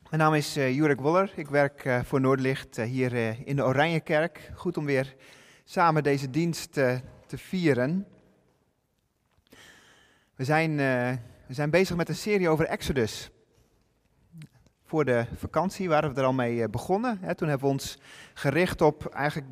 Mijn naam is Jurek Woller. Ik werk voor Noordlicht hier in de Oranjekerk. Goed om weer samen deze dienst te vieren. We zijn bezig met een serie over Exodus. Voor de vakantie waren we er al mee begonnen. Toen hebben we ons gericht op eigenlijk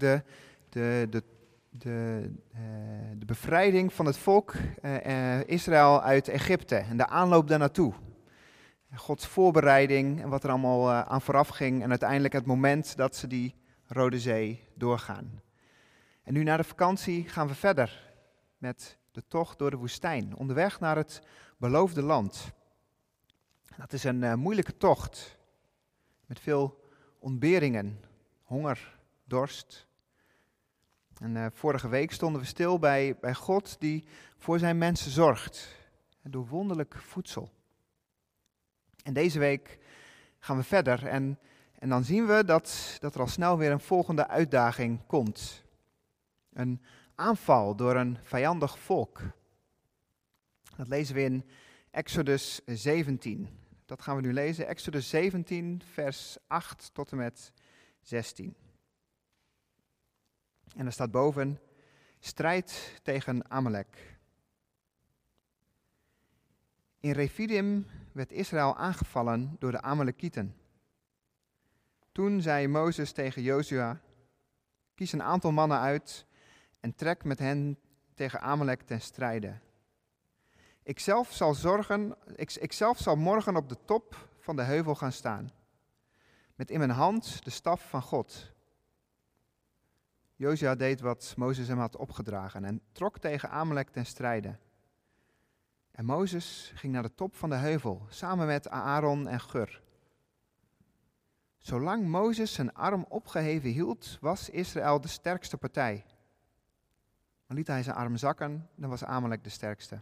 de bevrijding van het volk Israël uit Egypte en de aanloop daarnaartoe. Gods voorbereiding en wat er allemaal aan vooraf ging en uiteindelijk het moment dat ze die Rode Zee doorgaan. En nu na de vakantie gaan we verder met de tocht door de woestijn, onderweg naar het beloofde land. Dat is een moeilijke tocht met veel ontberingen, honger, dorst. En vorige week stonden we stil bij God die voor zijn mensen zorgt door wonderlijk voedsel. En deze week gaan we verder en dan zien we dat er al snel weer een volgende uitdaging komt. Een aanval door een vijandig volk. Dat lezen we in Exodus 17. Dat gaan we nu lezen, Exodus 17, vers 8 tot en met 16. En er staat boven, strijd tegen Amalek. In Refidim werd Israël aangevallen door de Amalekieten. Toen zei Mozes tegen Jozua, kies een aantal mannen uit en trek met hen tegen Amalek ten strijde. Ik zelf zal morgen op de top van de heuvel gaan staan, met in mijn hand de staf van God. Jozua deed wat Mozes hem had opgedragen en trok tegen Amalek ten strijde. En Mozes ging naar de top van de heuvel, samen met Aaron en Hur. Zolang Mozes zijn arm opgeheven hield, was Israël de sterkste partij. Maar liet hij zijn arm zakken, dan was Amalek de sterkste.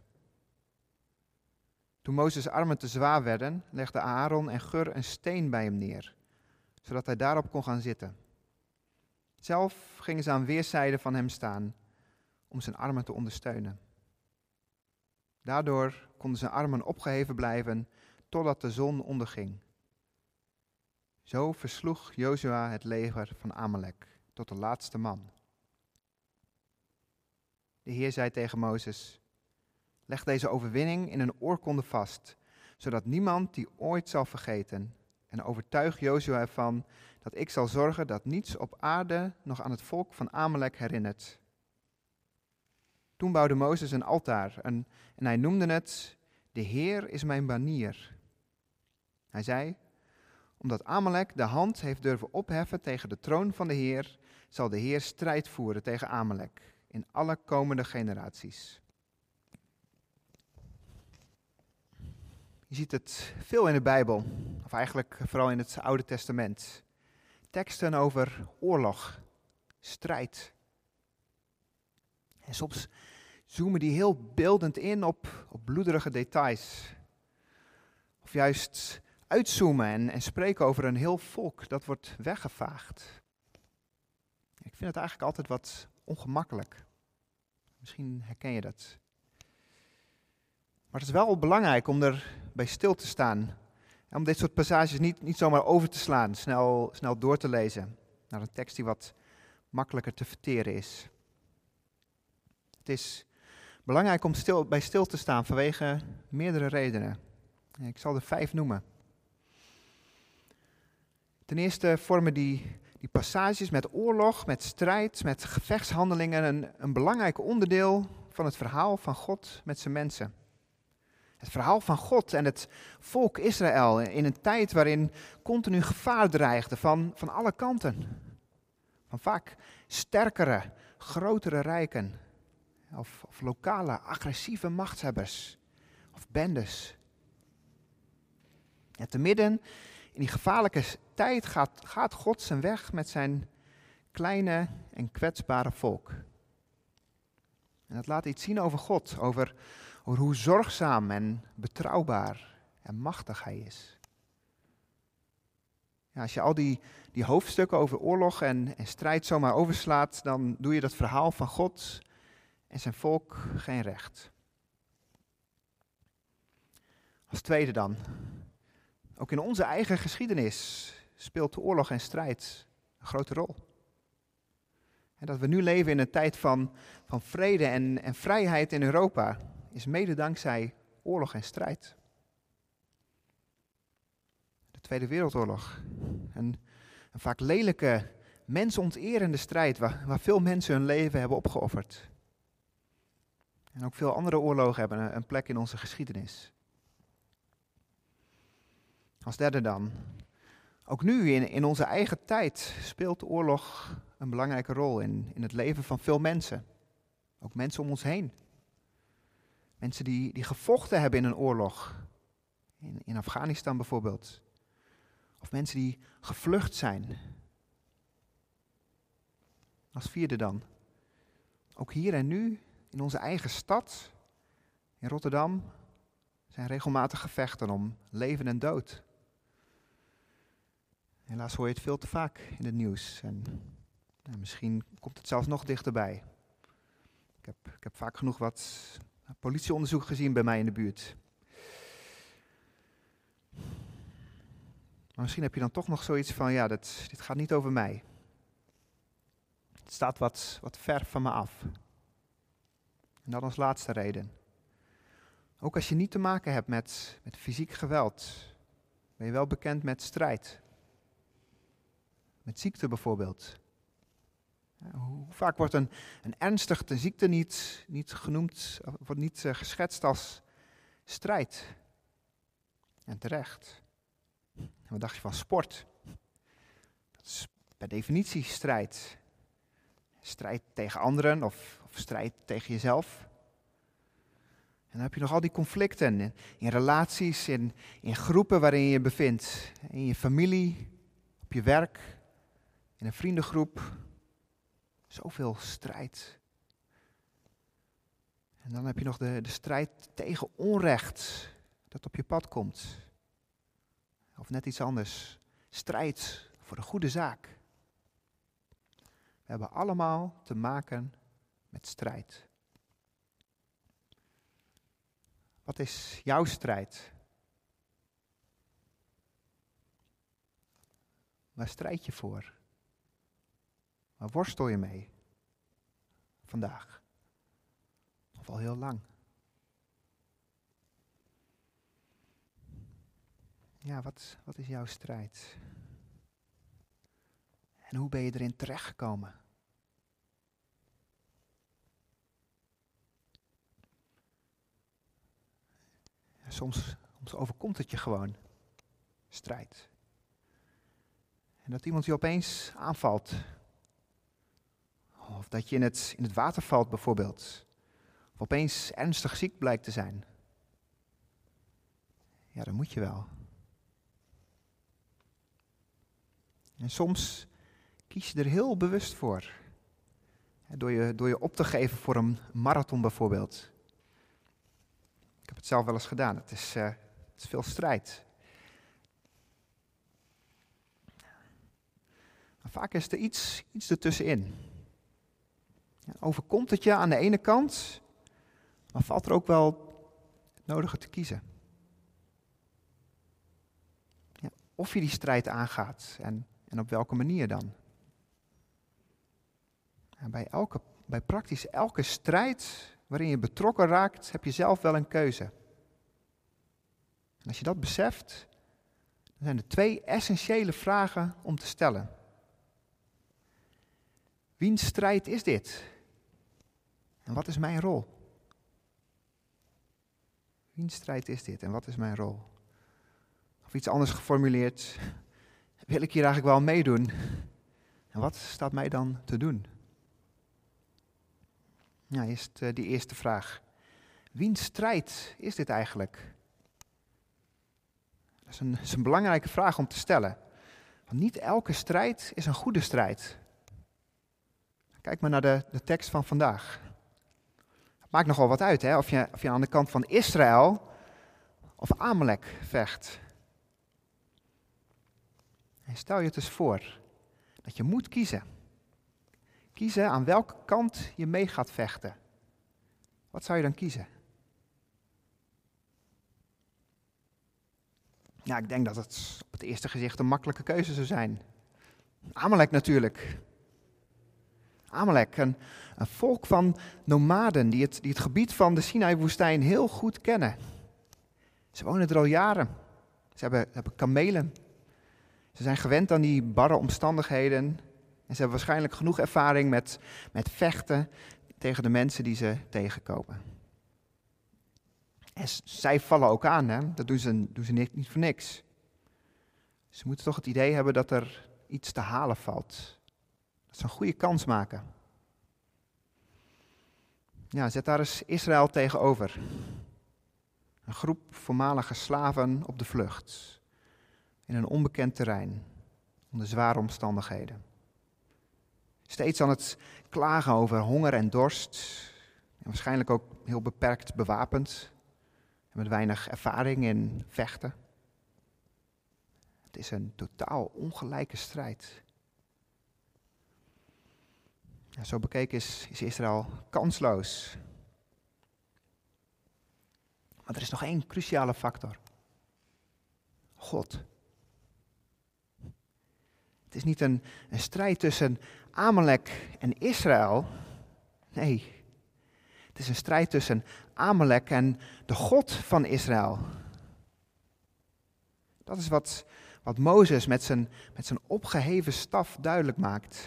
Toen Mozes' armen te zwaar werden, legden Aaron en Hur een steen bij hem neer, zodat hij daarop kon gaan zitten. Zelf gingen ze aan weerszijden van hem staan, om zijn armen te ondersteunen. Daardoor konden zijn armen opgeheven blijven totdat de zon onderging. Zo versloeg Jozua het leger van Amalek tot de laatste man. De Heer zei tegen Mozes, leg deze overwinning in een oorkonde vast, zodat niemand die ooit zal vergeten. En overtuig Jozua ervan dat ik zal zorgen dat niets op aarde nog aan het volk van Amalek herinnert. Toen bouwde Mozes een altaar en hij noemde het, de Heer is mijn banier. Hij zei, omdat Amalek de hand heeft durven opheffen tegen de troon van de Heer, zal de Heer strijd voeren tegen Amalek in alle komende generaties. Je ziet het veel in de Bijbel, of eigenlijk vooral in het Oude Testament. Teksten over oorlog, strijd. En soms zoomen die heel beeldend in op bloederige details. Of juist uitzoomen en spreken over een heel volk dat wordt weggevaagd. Ik vind het eigenlijk altijd wat ongemakkelijk. Misschien herken je dat. Maar het is wel belangrijk om er bij stil te staan. En om dit soort passages niet zomaar over te slaan, snel door te lezen. Naar een tekst die wat makkelijker te verteren is. Het is belangrijk om bij stil te staan vanwege meerdere redenen. Ik zal er 5 noemen. Ten eerste vormen die passages met oorlog, met strijd, met gevechtshandelingen een belangrijk onderdeel van het verhaal van God met zijn mensen. Het verhaal van God en het volk Israël in een tijd waarin continu gevaar dreigde van alle kanten. Van vaak sterkere, grotere rijken. Of lokale, agressieve machtshebbers. Of bendes. En te midden in die gevaarlijke tijd gaat God zijn weg met zijn kleine en kwetsbare volk. En dat laat iets zien over God, over hoe zorgzaam en betrouwbaar en machtig hij is. Ja, als je al die hoofdstukken over oorlog en strijd zomaar overslaat, dan doe je dat verhaal van God en zijn volk geen recht. Als tweede dan, Ook in onze eigen geschiedenis speelt de oorlog en strijd een grote rol. En dat we nu leven in een tijd van vrede en vrijheid in Europa is mede dankzij oorlog en strijd. De Tweede Wereldoorlog. Een vaak lelijke, mensonterende strijd waar veel mensen hun leven hebben opgeofferd. En ook veel andere oorlogen hebben een plek in onze geschiedenis. Als derde dan. Ook nu in onze eigen tijd speelt de oorlog een belangrijke rol in het leven van veel mensen. Ook mensen om ons heen. Mensen die gevochten hebben in een oorlog. In Afghanistan bijvoorbeeld. Of mensen die gevlucht zijn. Als vierde dan. Ook hier en nu in onze eigen stad, in Rotterdam, zijn regelmatig gevechten om leven en dood. Helaas hoor je het veel te vaak in het nieuws. En misschien komt het zelfs nog dichterbij. Ik heb vaak genoeg wat politieonderzoek gezien bij mij in de buurt. Maar misschien heb je dan toch nog zoiets van, ja, dit gaat niet over mij. Het staat wat ver van me af. En dan als laatste reden. Ook als je niet te maken hebt met fysiek geweld, ben je wel bekend met strijd. Met ziekte bijvoorbeeld. Hoe vaak wordt een ernstige ziekte niet genoemd, wordt niet geschetst als strijd? En terecht. En wat dacht je van sport? Dat is per definitie strijd. Strijd tegen anderen of strijd tegen jezelf. En dan heb je nog al die conflicten in relaties, in groepen waarin je je bevindt. In je familie, op je werk, in een vriendengroep. Zoveel strijd. En dan heb je nog de strijd tegen onrecht dat op je pad komt. Of net iets anders. Strijd voor de goede zaak. We hebben allemaal te maken met strijd. Wat is jouw strijd? Waar strijd je voor? Waar worstel je mee? Vandaag? Of al heel lang? Ja, wat is jouw strijd? En hoe ben je erin terechtgekomen? Soms overkomt het je gewoon. Strijd. En dat iemand je opeens aanvalt. Of dat je in het water valt bijvoorbeeld. Of opeens ernstig ziek blijkt te zijn. Ja, dan moet je wel. En soms kies je er heel bewust voor. Door je op te geven voor een marathon bijvoorbeeld. Ik heb het zelf wel eens gedaan. Het is veel strijd. Maar vaak is er iets ertussenin. Ja, overkomt het je aan de ene kant, maar valt er ook wel het nodige te kiezen. Ja, of je die strijd aangaat en op welke manier dan. Ja, bij praktisch elke strijd waarin je betrokken raakt, heb je zelf wel een keuze. En als je dat beseft, dan zijn er 2 essentiële vragen om te stellen. Wiens strijd is dit? En wat is mijn rol? Wiens strijd is dit en wat is mijn rol? Of iets anders geformuleerd, wil ik hier eigenlijk wel meedoen? En wat staat mij dan te doen? Ja, eerst die eerste vraag. Wiens strijd is dit eigenlijk? Dat is een belangrijke vraag om te stellen. Want niet elke strijd is een goede strijd. Kijk maar naar de tekst van vandaag. Het maakt nogal wat uit, hè? Of je aan de kant van Israël of Amalek vecht. En stel je het eens voor dat je moet kiezen. Kiezen aan welke kant je mee gaat vechten. Wat zou je dan kiezen? Ja, ik denk dat het op het eerste gezicht een makkelijke keuze zou zijn. Amalek natuurlijk. Amalek, een volk van nomaden die het gebied van de Sinai-woestijn heel goed kennen. Ze wonen er al jaren. Ze hebben kamelen. Ze zijn gewend aan die barre omstandigheden. En ze hebben waarschijnlijk genoeg ervaring met vechten tegen de mensen die ze tegenkomen. En zij vallen ook aan, hè? Dat doen ze niet voor niks. Ze moeten toch het idee hebben dat er iets te halen valt. Dat ze een goede kans maken. Ja, zet daar eens Israël tegenover. Een groep voormalige slaven op de vlucht. In een onbekend terrein. Onder zware omstandigheden. Steeds aan het klagen over honger en dorst. En waarschijnlijk ook heel beperkt bewapend. En met weinig ervaring in vechten. Het is een totaal ongelijke strijd. Ja, zo bekeken is Israël kansloos. Maar er is nog één cruciale factor. God. Het is niet een strijd tussen Amalek en Israël. Nee, het is een strijd tussen Amalek en de God van Israël. Dat is wat Mozes met zijn opgeheven staf duidelijk maakt.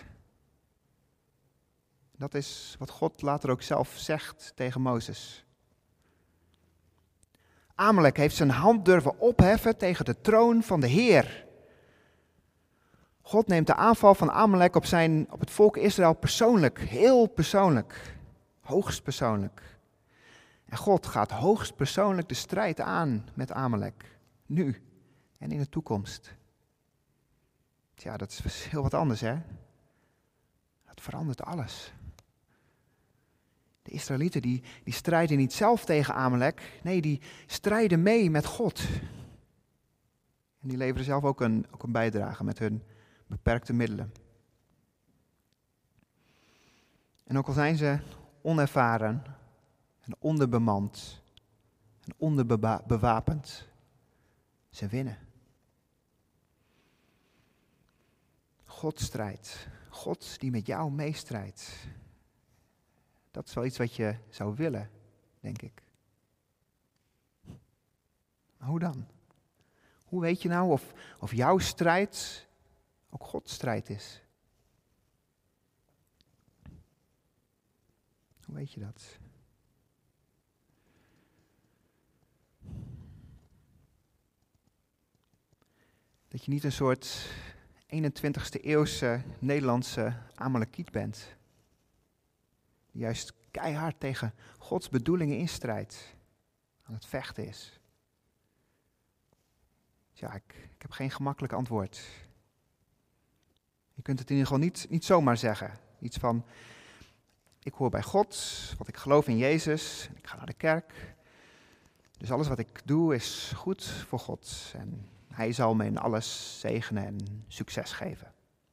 Dat is wat God later ook zelf zegt tegen Mozes. Amalek heeft zijn hand durven opheffen tegen de troon van de Heer. God neemt de aanval van Amalek op het volk Israël persoonlijk, heel persoonlijk, hoogst persoonlijk. En God gaat hoogst persoonlijk de strijd aan met Amalek, nu en in de toekomst. Tja, dat is heel wat anders, hè? Dat verandert alles. De Israëlieten die strijden niet zelf tegen Amalek, nee, die strijden mee met God. En die leveren zelf ook een bijdrage met hun beperkte middelen. En ook al zijn ze onervaren en onderbemand en onderbewapend, ze winnen. God strijdt. God die met jou meestrijdt. Dat is wel iets wat je zou willen, denk ik. Maar hoe dan? Hoe weet je nou of jouw strijd ook Gods strijd is? Hoe weet je dat? Dat je niet een soort 21ste eeuwse Nederlandse Amalekiet bent. Die juist keihard tegen Gods bedoelingen instrijdt. Aan het vechten is. Ja, ik heb geen gemakkelijk antwoord. Je kunt het in ieder geval niet zomaar zeggen. Iets van, ik hoor bij God, want ik geloof in Jezus, ik ga naar de kerk. Dus alles wat ik doe is goed voor God. En Hij zal me in alles zegenen en succes geven.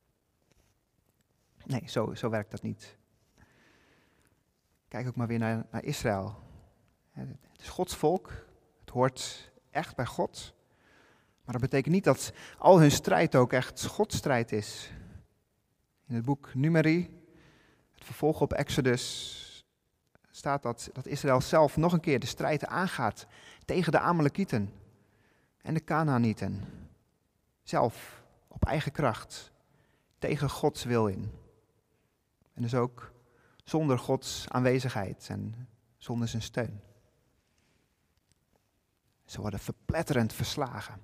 Nee, zo werkt dat niet. Kijk ook maar weer naar Israël. Het is Gods volk, het hoort echt bij God. Maar dat betekent niet dat al hun strijd ook echt Gods strijd is. In het boek Numeri, het vervolg op Exodus, staat dat Israël zelf nog een keer de strijd aangaat tegen de Amalekieten en de Kanaanieten. Zelf, op eigen kracht, tegen Gods wil in. En dus ook zonder Gods aanwezigheid en zonder zijn steun. Ze worden verpletterend verslagen.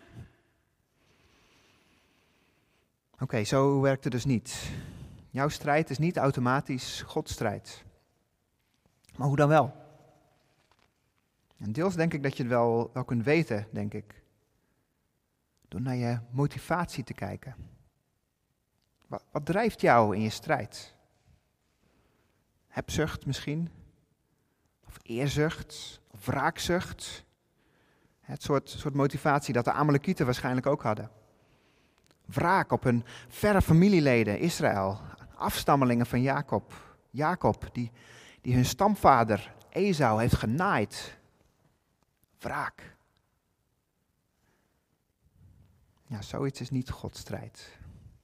Oké, zo werkt het dus niet. Jouw strijd is niet automatisch Gods strijd. Maar hoe dan wel? En deels denk ik dat je het wel kunt weten, denk ik. Door naar je motivatie te kijken. Wat drijft jou in je strijd? Hebzucht misschien? Of eerzucht? Of wraakzucht? Het soort motivatie dat de Amalekieten waarschijnlijk ook hadden. Wraak op hun verre familieleden, Israël. Afstammelingen van Jacob. Jacob, die hun stamvader Esau heeft genaaid. Wraak. Ja, zoiets is niet Gods strijd.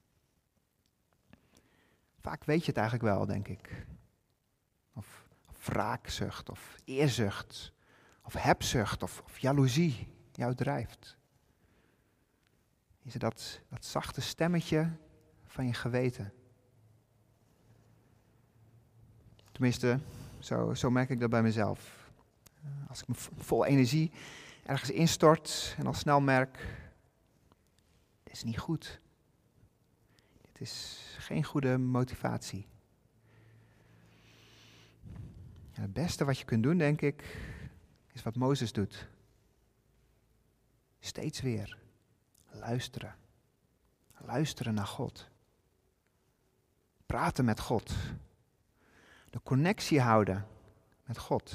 Vaak weet je het eigenlijk wel, denk ik. Of wraakzucht, of eerzucht, of hebzucht, of jaloezie jou drijft. Is het dat zachte stemmetje van je geweten? Tenminste, zo merk ik dat bij mezelf. Als ik me vol energie ergens instort en al snel merk, dit is niet goed. Dit is geen goede motivatie. En het beste wat je kunt doen, denk ik, is wat Mozes doet. Steeds weer luisteren. Luisteren naar God. Praten met God. De connectie houden met God.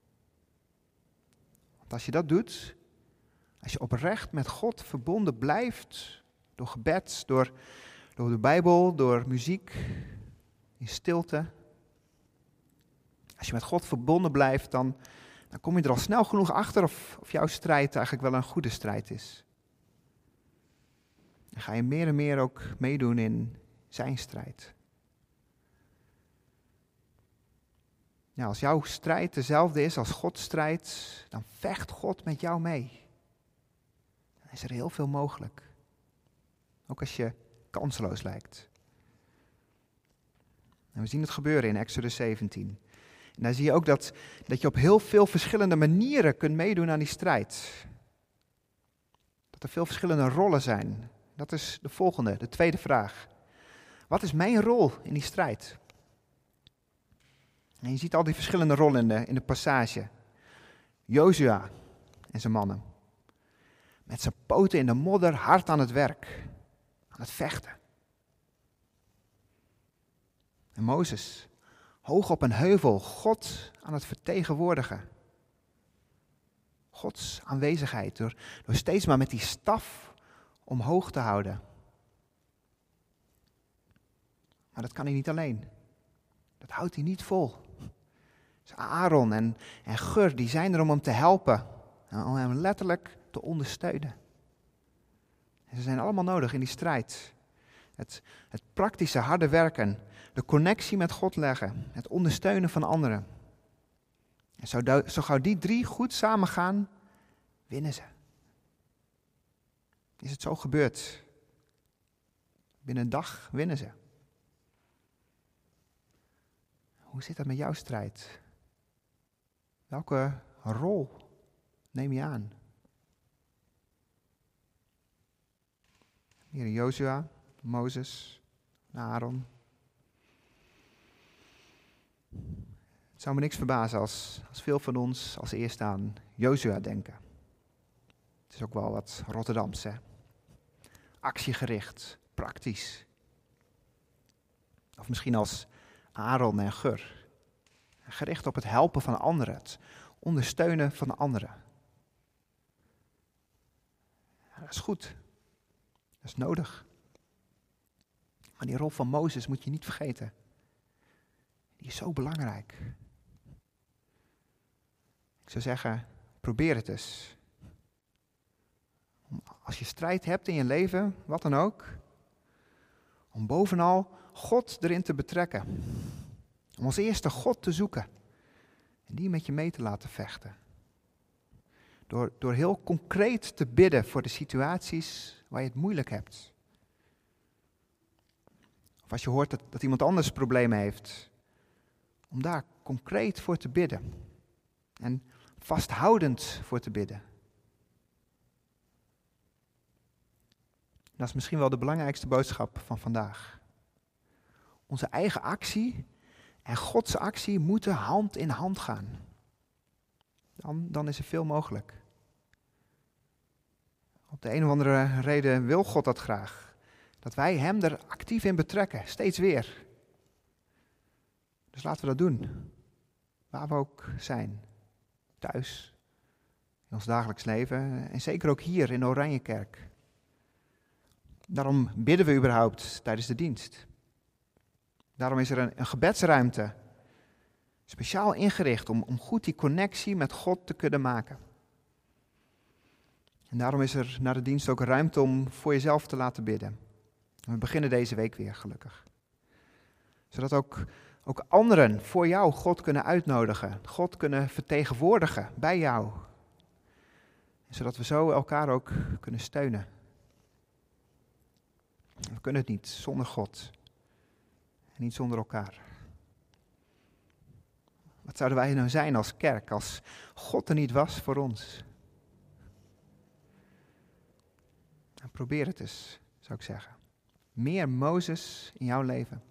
Want als je dat doet, als je oprecht met God verbonden blijft, door gebed, door de Bijbel, door muziek, in stilte. Als je met God verbonden blijft, dan kom je er al snel genoeg achter of jouw strijd eigenlijk wel een goede strijd is. Dan ga je meer en meer ook meedoen in zijn strijd. Ja, als jouw strijd dezelfde is als Gods strijd, dan vecht God met jou mee. Dan is er heel veel mogelijk. Ook als je kansloos lijkt. En we zien het gebeuren in Exodus 17. En daar zie je ook dat je op heel veel verschillende manieren kunt meedoen aan die strijd. Dat er veel verschillende rollen zijn. Dat is de volgende, de tweede vraag. Wat is mijn rol in die strijd? En je ziet al die verschillende rollen in de passage. Jozua en zijn mannen. Met zijn poten in de modder hard aan het werk. Aan het vechten. En Mozes, hoog op een heuvel, God aan het vertegenwoordigen. Gods aanwezigheid, door steeds maar met die staf omhoog te houden. Maar dat kan hij niet alleen. Dat houdt hij niet vol. Dus Aaron en Gur, die zijn er om hem te helpen. Om hem letterlijk te ondersteunen. En ze zijn allemaal nodig in die strijd. Het praktische harde werken. De connectie met God leggen. Het ondersteunen van anderen. En zo gauw die drie goed samengaan, winnen ze. Is het zo gebeurd? Binnen een dag winnen ze. Hoe zit dat met jouw strijd? Welke rol neem je aan? Hier Jozua, Mozes, Aaron. Het zou me niks verbazen als veel van ons als eerste aan Jozua denken. Het is ook wel wat Rotterdams, hè? Actiegericht, praktisch. Of misschien als Aaron en Gur. Gericht op het helpen van anderen, het ondersteunen van anderen. Ja, dat is goed. Dat is nodig. Maar die rol van Mozes moet je niet vergeten. Die is zo belangrijk. Ik zou zeggen, probeer het eens. Als je strijd hebt in je leven, wat dan ook, om bovenal God erin te betrekken. Om als eerste God te zoeken. En die met je mee te laten vechten. Door heel concreet te bidden voor de situaties waar je het moeilijk hebt. Of als je hoort dat iemand anders problemen heeft. Om daar concreet voor te bidden. En vasthoudend voor te bidden. Dat is misschien wel de belangrijkste boodschap van vandaag. Onze eigen actie en Gods actie moeten hand in hand gaan. Dan is er veel mogelijk. Op de een of andere reden wil God dat graag. Dat wij hem er actief in betrekken, steeds weer. Dus laten we dat doen. Waar we ook zijn. Thuis, in ons dagelijks leven en zeker ook hier in Oranjekerk. Daarom bidden we überhaupt tijdens de dienst. Daarom is er een gebedsruimte, speciaal ingericht om goed die connectie met God te kunnen maken. En daarom is er na de dienst ook ruimte om voor jezelf te laten bidden. En we beginnen deze week weer, gelukkig. Zodat ook anderen voor jou God kunnen uitnodigen. God kunnen vertegenwoordigen bij jou. Zodat we zo elkaar ook kunnen steunen. We kunnen het niet zonder God. En niet zonder elkaar. Wat zouden wij nou zijn als kerk, als God er niet was voor ons? En probeer het eens, zou ik zeggen. Meer Mozes in jouw leven.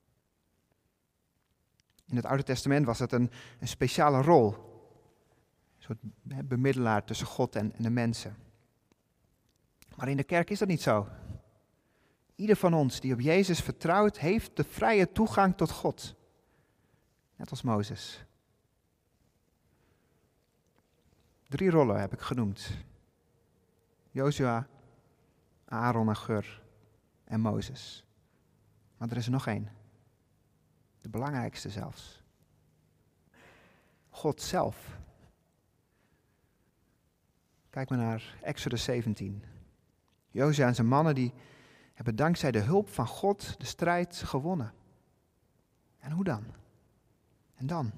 In het Oude Testament was het een speciale rol. Een soort bemiddelaar tussen God en de mensen. Maar in de kerk is dat niet zo. Ieder van ons die op Jezus vertrouwt, heeft de vrije toegang tot God. Net als Mozes. 3 rollen heb ik genoemd. Jozua, Aaron en Gur en Mozes. Maar er is er nog 1. De belangrijkste zelfs. God zelf. Kijk maar naar Exodus 17. Jozua en zijn mannen die hebben dankzij de hulp van God de strijd gewonnen. En hoe dan? En dan?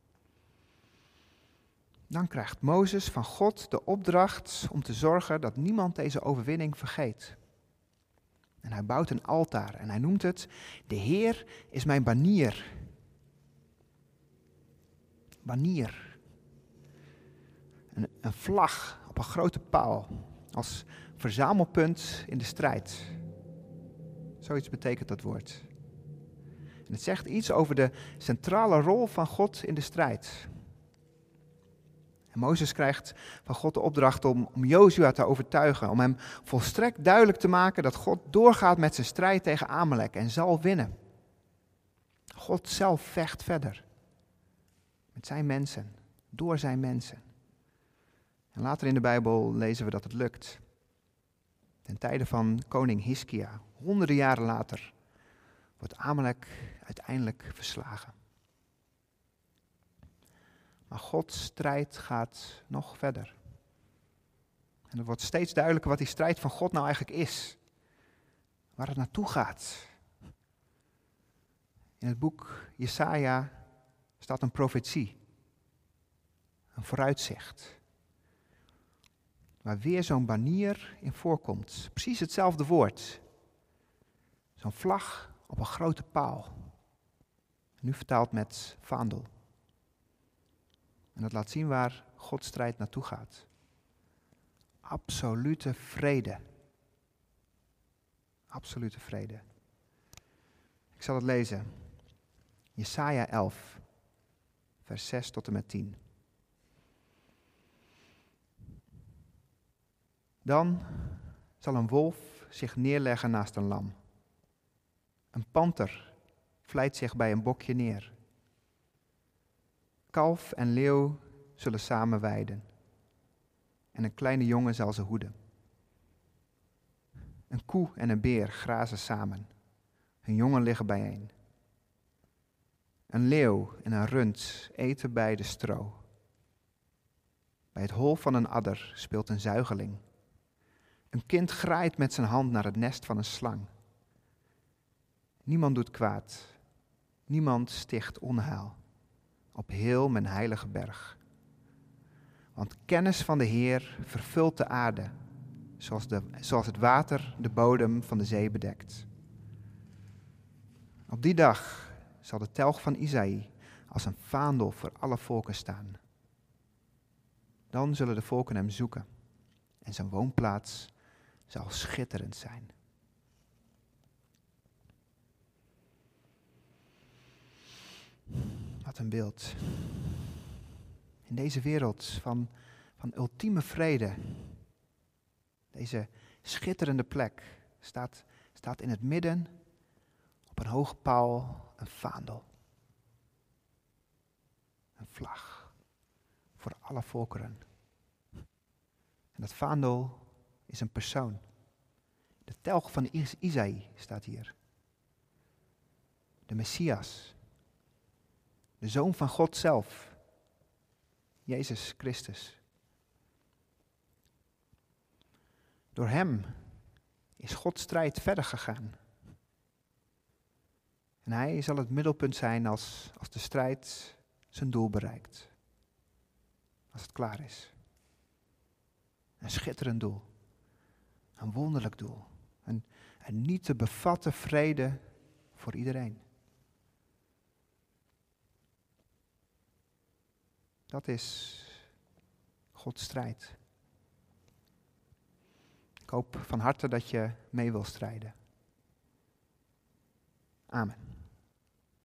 Dan krijgt Mozes van God de opdracht om te zorgen dat niemand deze overwinning vergeet. En hij bouwt een altaar en hij noemt het: de Heer is mijn banier. Banier. Een vlag op een grote paal als verzamelpunt in de strijd. Zoiets betekent dat woord. En het zegt iets over de centrale rol van God in de strijd. En Mozes krijgt van God de opdracht om Jozua te overtuigen, om hem volstrekt duidelijk te maken dat God doorgaat met zijn strijd tegen Amalek en zal winnen. God zelf vecht verder. Met zijn mensen, door zijn mensen. En later in de Bijbel lezen we dat het lukt. Ten tijde van koning Hiskia, honderden jaren later, wordt Amalek uiteindelijk verslagen. Maar Gods strijd gaat nog verder. En het wordt steeds duidelijker wat die strijd van God nou eigenlijk is. Waar het naartoe gaat. In het boek Jesaja staat een profetie. Een vooruitzicht. Waar weer zo'n banier in voorkomt. Precies hetzelfde woord. Zo'n vlag op een grote paal. Nu vertaald met vaandel. En dat laat zien waar Gods strijd naartoe gaat. Absolute vrede. Absolute vrede. Ik zal het lezen. Jesaja 11, vers 6 tot en met 10. Dan zal een wolf zich neerleggen naast een lam. Een panter vlijt zich bij een bokje neer. Kalf en leeuw zullen samen weiden. En een kleine jongen zal ze hoeden. Een koe en een beer grazen samen. Hun jongen liggen bijeen. Een leeuw en een rund eten bij de stro. Bij het hol van een adder speelt een zuigeling. Een kind graait met zijn hand naar het nest van een slang. Niemand doet kwaad. Niemand sticht onheil. Op heel mijn heilige berg. Want kennis van de Heer vervult de aarde, zoals het water de bodem van de zee bedekt. Op die dag zal de telg van Isaïe als een vaandel voor alle volken staan. Dan zullen de volken hem zoeken en zijn woonplaats zal schitterend zijn. Wat een beeld. In deze wereld van ultieme vrede, deze schitterende plek, staat in het midden op een hoge paal een vaandel. Een vlag voor alle volkeren. En dat vaandel is een persoon. De telg van Isaïe staat hier. De Messias. De Zoon van God zelf. Jezus Christus. Door hem is Gods strijd verder gegaan. En hij zal het middelpunt zijn als de strijd zijn doel bereikt. Als het klaar is. Een schitterend doel. Een wonderlijk doel. Een niet te bevatten vrede voor iedereen. Dat is Gods strijd. Ik hoop van harte dat je mee wil strijden. Amen.